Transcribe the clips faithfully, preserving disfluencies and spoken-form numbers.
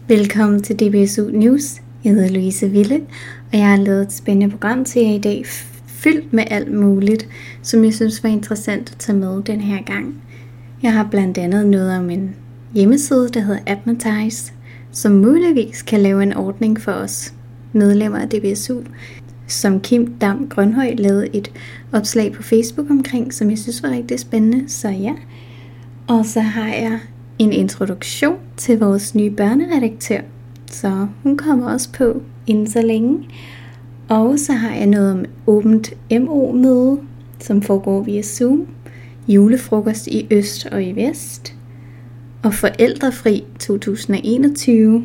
Velkommen til D B S U News. Jeg hedder Louise Ville, og jeg har lavet et spændende program til jer i dag, fyldt med alt muligt, som jeg synes var interessant at tage med den her gang. Jeg har blandt andet noget om en hjemmeside, der hedder Advertise, som muligvis kan lave en ordning for os medlemmer af D B S U, som Kim Dam Grønhøj lavede et opslag på Facebook omkring, som jeg synes var rigtig spændende, så ja. Og så har jeg en introduktion til vores nye børneredaktør, så hun kommer også på inden så længe. Og så har jeg noget om åbent M O-møde, som foregår via Zoom, julefrokost i øst og i vest, og forældrefri to tusind og enogtyve.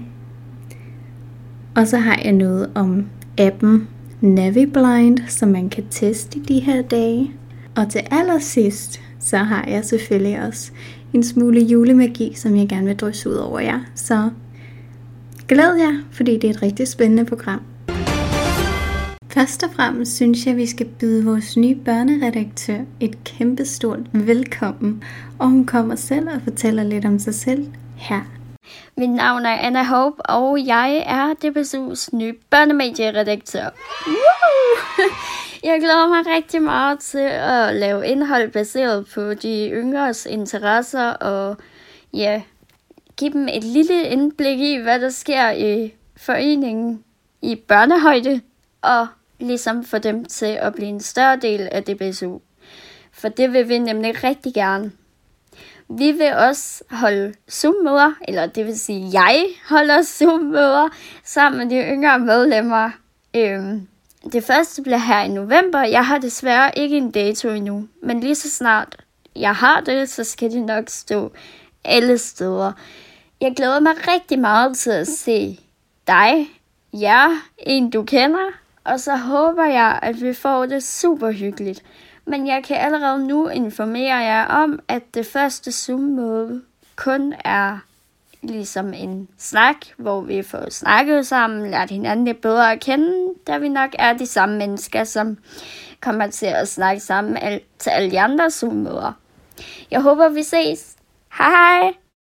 Og så har jeg noget om appen NaviBlind, som man kan teste i de her dage. Og til allersidst, så har jeg selvfølgelig også en smule julemagi, som jeg gerne vil drysse ud over jer. Så glæd jer, fordi det er et rigtig spændende program. Først og fremmest synes jeg, at vi skal byde vores nye børneredaktør et kæmpestort velkommen. Og hun kommer selv og fortæller lidt om sig selv her. Mit navn er Anna Hope, og jeg er D B S U's nye børnemedieredaktør. Woo! Jeg glæder mig rigtig meget til at lave indhold baseret på de yngres interesser og ja, give dem et lille indblik i, hvad der sker i foreningen i børnehøjde, og ligesom få dem til at blive en større del af D B S U. For det vil vi nemlig rigtig gerne. Vi vil også holde Zoom-møder, eller det vil sige, jeg holder Zoom-møder sammen med de yngre medlemmer. Øhm, det første bliver her i november. Jeg har desværre ikke en dato endnu, men lige så snart jeg har det, så skal det nok stå alle steder. Jeg glæder mig rigtig meget til at se dig, jer, en du kender, og så håber jeg, at vi får det super hyggeligt. Men jeg kan allerede nu informere jer om, at det første Zoom-møde kun er ligesom en snak, hvor vi får snakket sammen, lært hinanden lidt bedre at kende, da vi nok er de samme mennesker, som kommer til at snakke sammen til alle de andre Zoom-møder. Jeg håber, vi ses. Hej hej!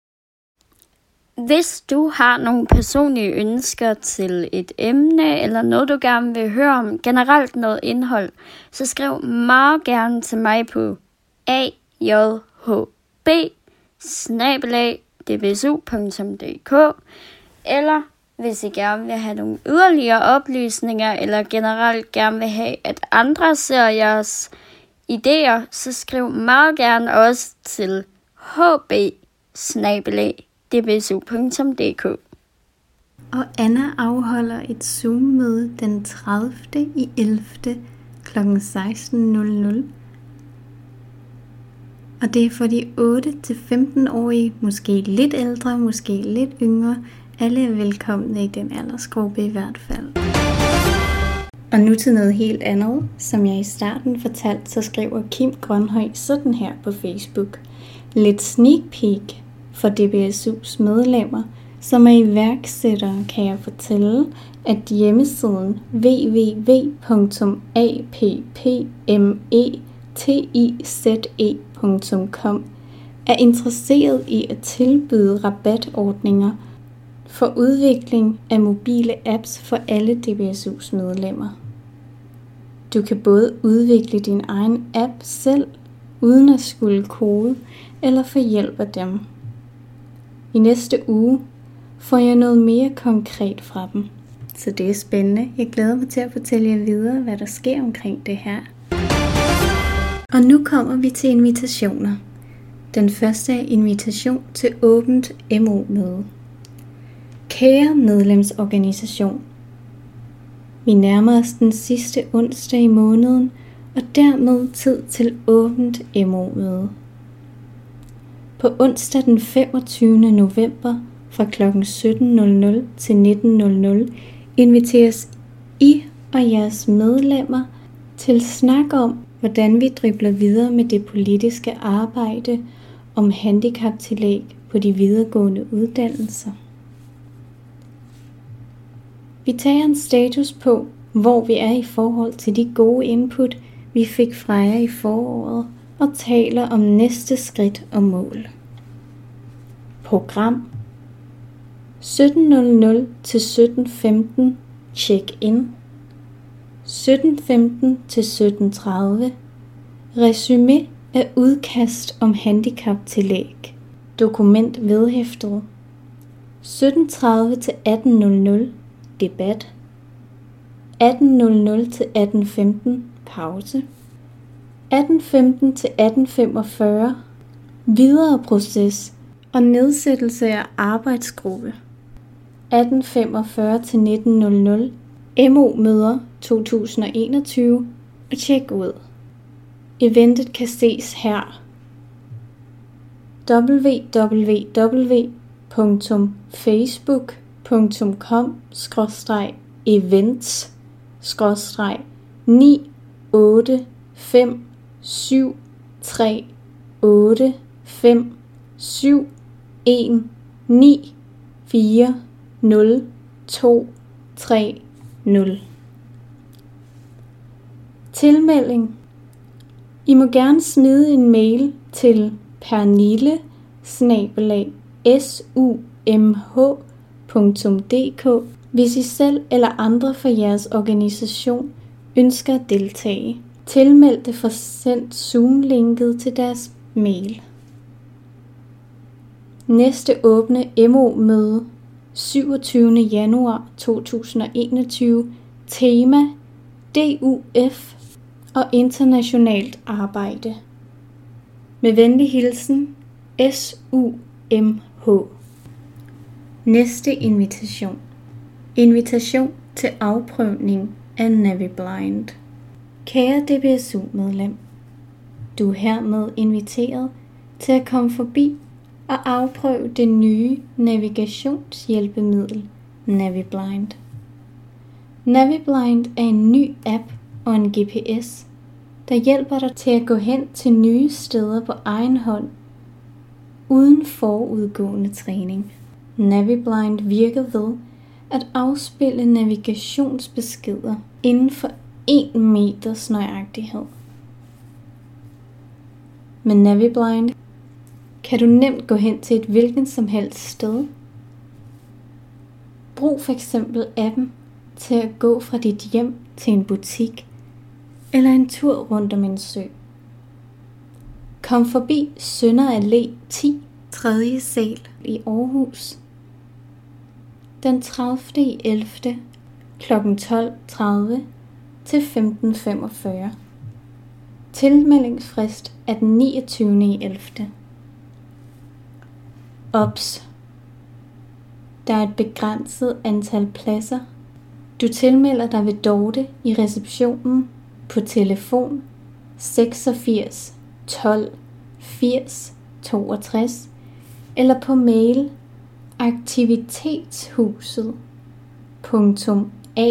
Hvis du har nogle personlige ønsker til et emne, eller noget du gerne vil høre om, generelt noget indhold, så skriv meget gerne til mig på a j h b bindestreg d b s u punktum d k, eller hvis I gerne vil have nogle yderligere oplysninger, eller generelt gerne vil have, at andre ser jeres idéer, så skriv meget gerne også til h b bindestreg d b s u punktum d k. Og Anna afholder et Zoom-møde den tredivte i ellevte klokken seksten nul nul. Og det er for de otte til femten-årige, måske lidt ældre, måske lidt yngre. Alle er velkomne i den aldersgruppe i hvert fald. Og nu til noget helt andet. Som jeg i starten fortalte, så skriver Kim Grønhøj sådan her på Facebook. Lidt sneak peek for D B S U's medlemmer, som er iværksættere, kan jeg fortælle, at hjemmesiden w w w punktum a p p m e t i z e punktum com er interesseret i at tilbyde rabatordninger for udvikling af mobile apps for alle D B S U's medlemmer. Du kan både udvikle din egen app selv, uden at skulle kode, eller få hjælp af dem. I næste uge får jeg noget mere konkret fra dem. Så det er spændende. Jeg glæder mig til at fortælle jer videre, hvad der sker omkring det her. Og nu kommer vi til invitationer. Den første er invitation til åbent M O-møde. Kære medlemsorganisation. Vi nærmer os den sidste onsdag i måneden, og dermed tid til åbent M O-møde. På onsdag den femogtyvende november fra klokken sytten nul nul til nitten nul nul inviteres I og jeres medlemmer til snak om, hvordan vi dribler videre med det politiske arbejde om handicaptillæg på de videregående uddannelser. Vi tager en status på, hvor vi er i forhold til de gode input, vi fik fra jer i foråret, og taler om næste skridt og mål. Program. sytten nul nul til sytten femten check-in. sytten femten til sytten tredive resumé af udkast om handicaptillæg. Dokument vedhæftet. sytten tredive til atten nul nul debat. atten nul nul til atten femten pause. atten femten til atten femogfyrre videre proces og nedsættelse af arbejdsgruppe. atten femogfyrre til nitten nul nul M O-møder to tusind og enogtyve og tjek ud. Eventet kan ses her. w w w punktum facebook punktum com skråstreg events skråstreg ni otte fem syv tre otte fem syv en ni fire nul to tre nul. Tilmelding. I må gerne smide en mail til pernille bindestreg sumh punktum dk, hvis I selv eller andre fra jeres organisation ønsker at deltage. Tilmeldte får sendt Zoom-linket til deres mail. Næste åbne M O-møde syvogtyvende januar to tusind og enogtyve. Tema D U F og internationalt arbejde. Med venlig hilsen S U M H. Næste invitation. Invitation til afprøvning af NaviBlind. Kære D B S U-medlem, du er hermed inviteret til at komme forbi og afprøve det nye navigationshjælpemiddel NaviBlind. NaviBlind er en ny app og en G P S, der hjælper dig til at gå hen til nye steder på egen hånd, uden forudgående træning. NaviBlind virker ved at afspille navigationsbeskeder inden for en meters nøjagtighed. Med NaviBlind kan du nemt gå hen til et hvilken som helst sted. Brug for eksempel appen til at gå fra dit hjem til en butik eller en tur rundt om en sø. Kom forbi Sønder Allé ti, tredje sal i Aarhus den tredivte ellevte klokken tolv tredive til femten femogfyrre. Tilmeldingsfrist er den niogtyvende ellevte. Ops! Der er et begrænset antal pladser. Du tilmelder dig ved Dorte i receptionen på telefon seksogfirs tolv firs toogtres eller på mail aktivitetshuset punktum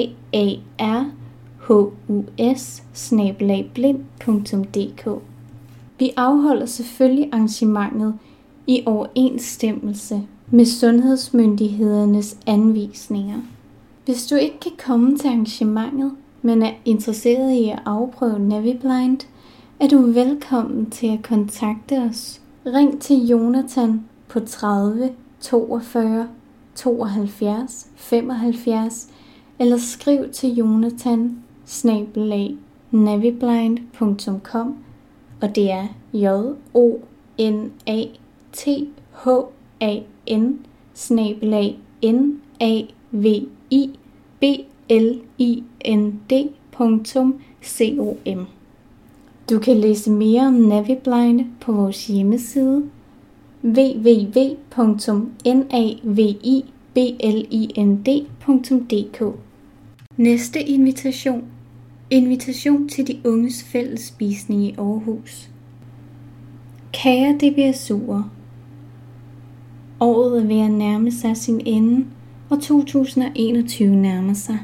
aarhus snabel-a blind punktum dk. Vi afholder selvfølgelig arrangementet i overensstemmelse med sundhedsmyndighedernes anvisninger. Hvis du ikke kan komme til arrangementet, men er interesseret i at afprøve NaviBlind, er du velkommen til at kontakte os. Ring til Jonathan på tredive toogfyrre tooghalvfjerds femoghalvfjerds eller skriv til Jonathan snabel-a naviblind punktum com, og det er J O N A T H A N snabel-a N A V I B L I N D punktum com. Du kan læse mere om NaviBlind på vores hjemmeside w w w punktum naviblind punktum dk. Næste invitation. Invitation til de unges fællesspisning i Aarhus. Kære D B S U'er, året er ved at nærme sig sin ende, og to tusind og enogtyve nærmer sig.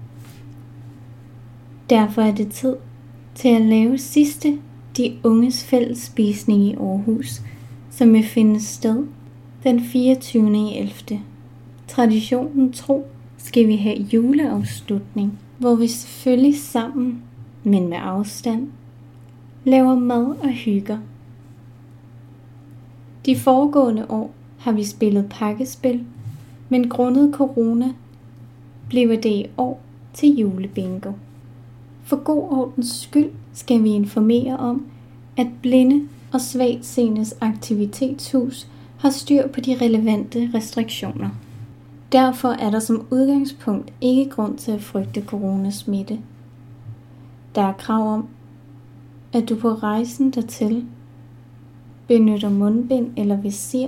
Derfor er det tid til at lave sidste de unges fællesspisning i Aarhus, som vil finde sted den fireogtyvende ellevte. Traditionen tro skal vi have juleafslutning, hvor vi selvfølgelig sammen, men med afstand, laver mad og hygger. De foregående år har vi spillet pakkespil, Men grundet corona bliver det i år til julebingo. For god ordens skyld skal vi informere om, at Blinde og Svagtseendes Aktivitetshus har styr på de relevante restriktioner. Derfor er der som udgangspunkt ikke grund til at frygte coronasmitte. Der er krav om, at du på rejsen dertil benytter mundbind eller visir,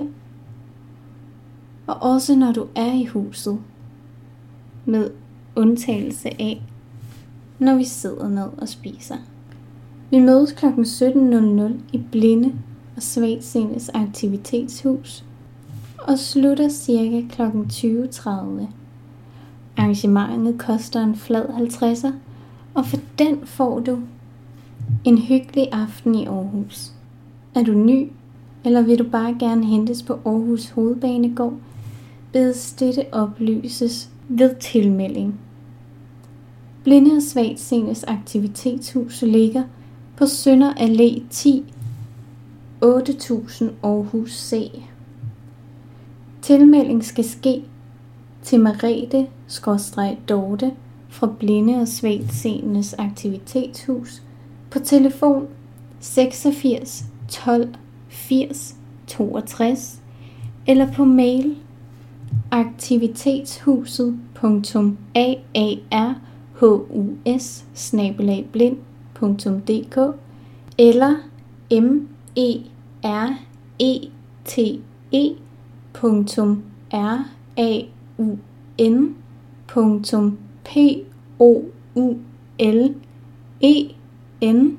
og også når du er i huset, med undtagelse af, når vi sidder ned og spiser. Vi mødes klokken sytten i Blinde og Svagtseendes Aktivitetshus og slutter cirka klokken tyve tredive. Arrangementet koster en flad halvtredser, og for den får du en hyggelig aften i Aarhus. Er du ny, eller vil du bare gerne hentes på Aarhus Hovedbanegård, bedes dette oplyses ved tilmelding. Blinde og Svagtseendes Aktivitetshus ligger på Sønder Allé ti, otte tusind Aarhus C. Tilmelding skal ske til Merete-Dorte fra Blinde og Svagtseendes Aktivitetshus på telefon seksogfirs tolv firs toogtres eller på mail aktivitetshuset punktum a a r h u s bindestreg blind punktum d k eller m e r e t e punktum r a u n punktum p o u l e n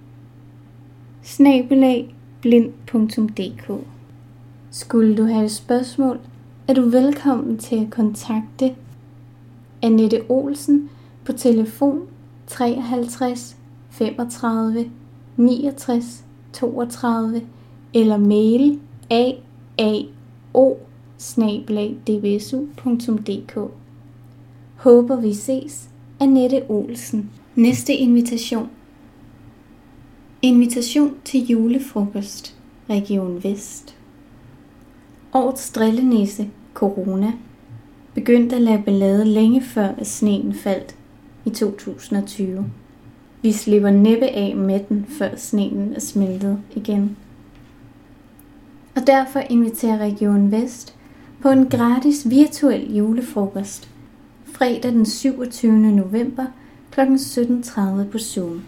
bindestreg blind punktum d k. Skulle du have et spørgsmål, er du velkommen til at kontakte Annette Olsen på telefon treoghalvtreds femogtredive niogtres toogtredive eller mail a a o bindestreg d b s u punktum d k. Håber vi ses, Annette Olsen. Næste invitation. Invitation til julefrokost, Region Vest. Årets drillenisse, corona, begyndte at lade ballade længe før at sneen faldt i to tusind og tyve. Vi slipper næppe af med den, før sneen er smeltet igen. Og derfor inviterer Region Vest på en gratis virtuel julefrokost fredag den syvogtyvende november klokken sytten tredive på Zoom.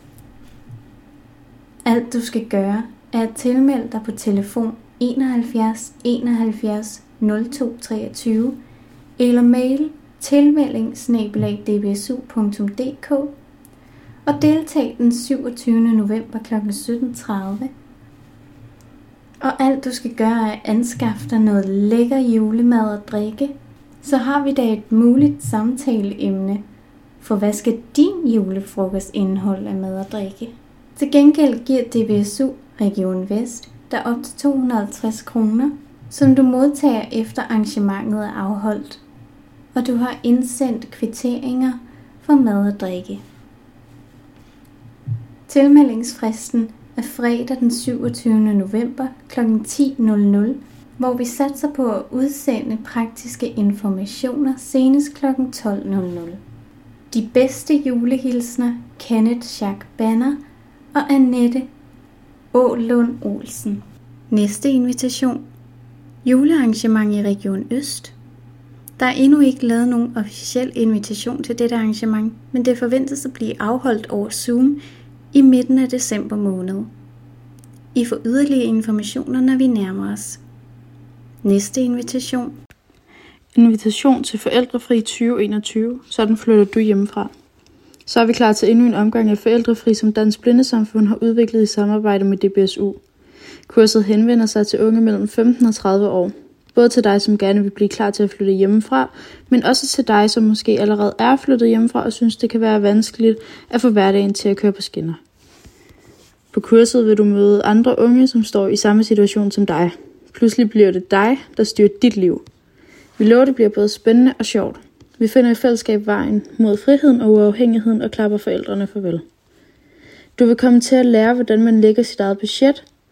Alt du skal gøre er at tilmelde dig på telefon enoghalvfjerds enoghalvfjerds nul to treogtyve eller mail tilmelding bindestreg d b s u punktum d k og deltag den syvogtyvende november klokken sytten tredive. Og alt du skal gøre er at anskaffe dig noget lækker julemad og drikke, så har vi da et muligt samtaleemne for hvad skal din julefrokost indeholde af mad og drikke. Til gengæld giver D B S U Region Vest der op til to hundrede og halvtreds kroner, som du modtager efter arrangementet er afholdt, og du har indsendt kvitteringer for mad og drikke. Tilmeldingsfristen er fredag den syvogtyvende november klokken ti, hvor vi satser på at udsende praktiske informationer senest klokken tolv. De bedste julehilsner, Kenneth Schack Banner og Annette Ålund Olsen. Næste invitation. Julearrangement i Region Øst. Der er endnu ikke lavet nogen officiel invitation til dette arrangement, men det forventes at blive afholdt over Zoom i midten af december måned. I får yderligere informationer, når vi nærmer os. Næste invitation. Invitation til Forældrefri tyve enogtyve, sådan flytter du hjemmefra. Så er vi klar til endnu en omgang af Forældrefri, som Dansk Blindesamfund har udviklet i samarbejde med D B S U. Kurset henvender sig til unge mellem femten og tredive år. Både til dig, som gerne vil blive klar til at flytte hjemmefra, men også til dig, som måske allerede er flyttet hjemmefra og synes, det kan være vanskeligt at få hverdagen til at køre på skinner. På kurset vil du møde andre unge, som står i samme situation som dig. Pludselig bliver det dig, der styrer dit liv. Vi lover, det bliver både spændende og sjovt. Vi finder i fællesskab vejen mod friheden og uafhængigheden og klapper forældrene farvel. Du vil komme til at lære, hvordan man lægger sit eget budget,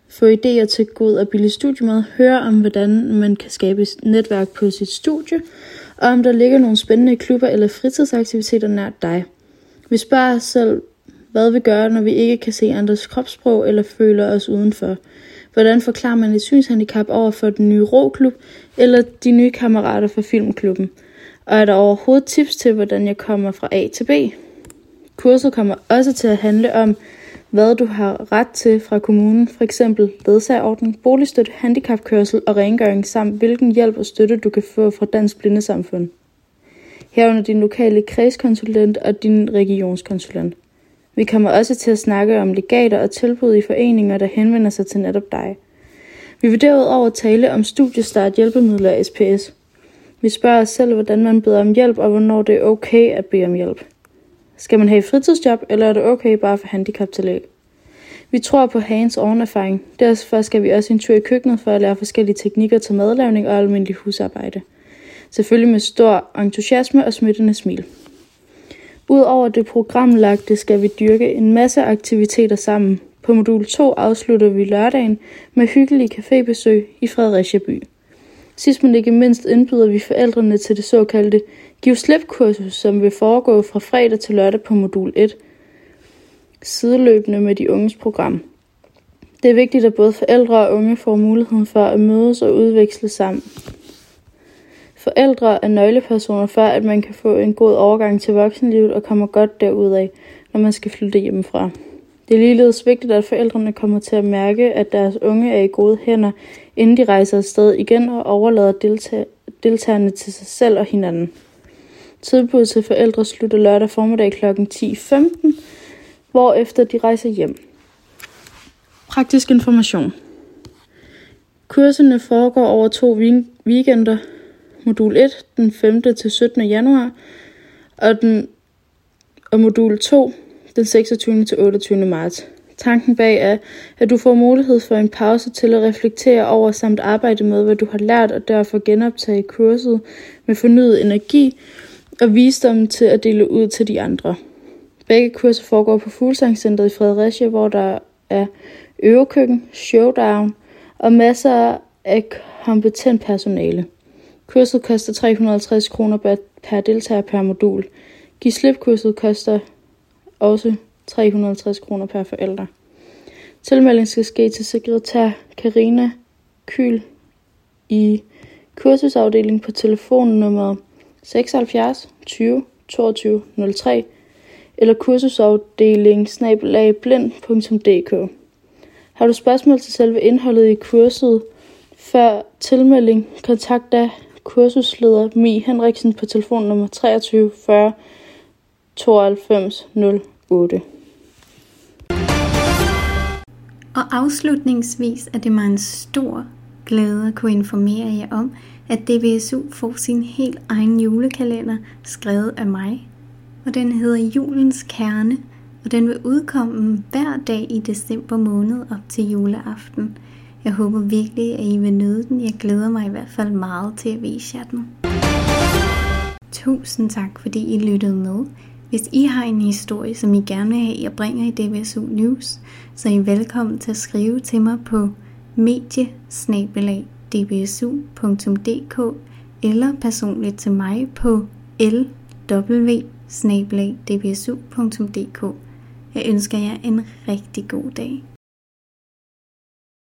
få idéer til god og billig studiemad, høre om, hvordan man kan skabe et netværk på sit studie, og om der ligger nogle spændende klubber eller fritidsaktiviteter nær dig. Vi spørger os selv, hvad vi gør, når vi ikke kan se andres kropssprog eller føler os udenfor. Hvordan forklarer man et synshandicap over for den nye roklub eller de nye kammerater fra filmklubben? Og er der overhovedet tips til, hvordan jeg kommer fra A til B? Kurset kommer også til at handle om, hvad du har ret til fra kommunen, f.eks. ledsagerordning, boligstøtte, handicapkørsel og rengøring, samt hvilken hjælp og støtte du kan få fra Dansk Blindesamfund. Herunder din lokale kredskonsulent og din regionskonsulent. Vi kommer også til at snakke om legater og tilbud i foreninger, der henvender sig til netop dig. Vi vil derudover tale om studiestart, hjælpemidler og S P S. Vi spørger os selv, hvordan man beder om hjælp, og hvornår det er okay at bede om hjælp. Skal man have et fritidsjob, eller er det okay bare for handicaptillæg? Vi tror på hands-on erfaring. Derfor skal vi også en tur i køkkenet for at lære forskellige teknikker til madlavning og almindelig husarbejde. Selvfølgelig med stor entusiasme og smittende smil. Udover det programlagte skal vi dyrke en masse aktiviteter sammen. På modul to afslutter vi lørdagen med hyggelige cafébesøg i Fredericia by. Sidst men ikke mindst indbyder vi forældrene til det såkaldte Giv slip-kursus, som vil foregå fra fredag til lørdag på modul et, sideløbende med de unges program. Det er vigtigt, at både forældre og unge får muligheden for at mødes og udveksle sammen. Forældre er nøglepersoner for, at man kan få en god overgang til voksenlivet og kommer godt derudad, når man skal flytte hjemmefra. Det er ligeledes vigtigt, at forældrene kommer til at mærke, at deres unge er i gode hænder, inden de rejser afsted igen og overlader delta- deltagerne til sig selv og hinanden. Tilbuddet til forældre slutter lørdag formiddag kl. ti femten, hvorefter de rejser hjem. Praktisk information. Kurserne foregår over to weekender. Modul et den femte til syttende januar, og, den, og modul to den seksogtyvende til otteogtyvende marts. Tanken bag er, at du får mulighed for en pause til at reflektere over samt arbejde med, hvad du har lært, og derfor genoptage kurset med fornyet energi og visdom til at dele ud til de andre. Begge kurser foregår på Fuglsangcentret i Fredericia, hvor der er øvekøkken, showdown og masser af kompetent personale. Kurset koster tre hundrede og halvtreds kroner per deltager per modul. Giv slip-kurset koster også tre hundrede og halvtreds kroner per forælder. Tilmelding skal ske til sekretær Karina Kyl i kursusafdelingen på telefonnummer seksoghalvfjerds tyve toogtyve nul tre eller kursusafdeling snabel-a blind punktum d k. Har du spørgsmål til selve indholdet i kurset før tilmelding, kontakt da kursusleder Mie Henriksen på telefonnummer treogtyve fyrre tooghalvfems nul otte. Og afslutningsvis er det mig en stor glæde at kunne informere jer om, at D B S U får sin helt egen julekalender skrevet af mig. Og den hedder Julens Kerne, og den vil udkomme hver dag i december måned op til juleaften. Jeg håber virkelig, at I vil nyde den. Jeg glæder mig i hvert fald meget til at vise jer den. Tusind tak, fordi I lyttede med. Hvis I har en historie, som I gerne vil have, jeg bringer i D B S U News, så er I velkommen til at skrive til mig på medie snabel-a d b s u punktum d k eller personligt til mig på l w snabel-a d b s u punktum d k. Jeg ønsker jer en rigtig god dag.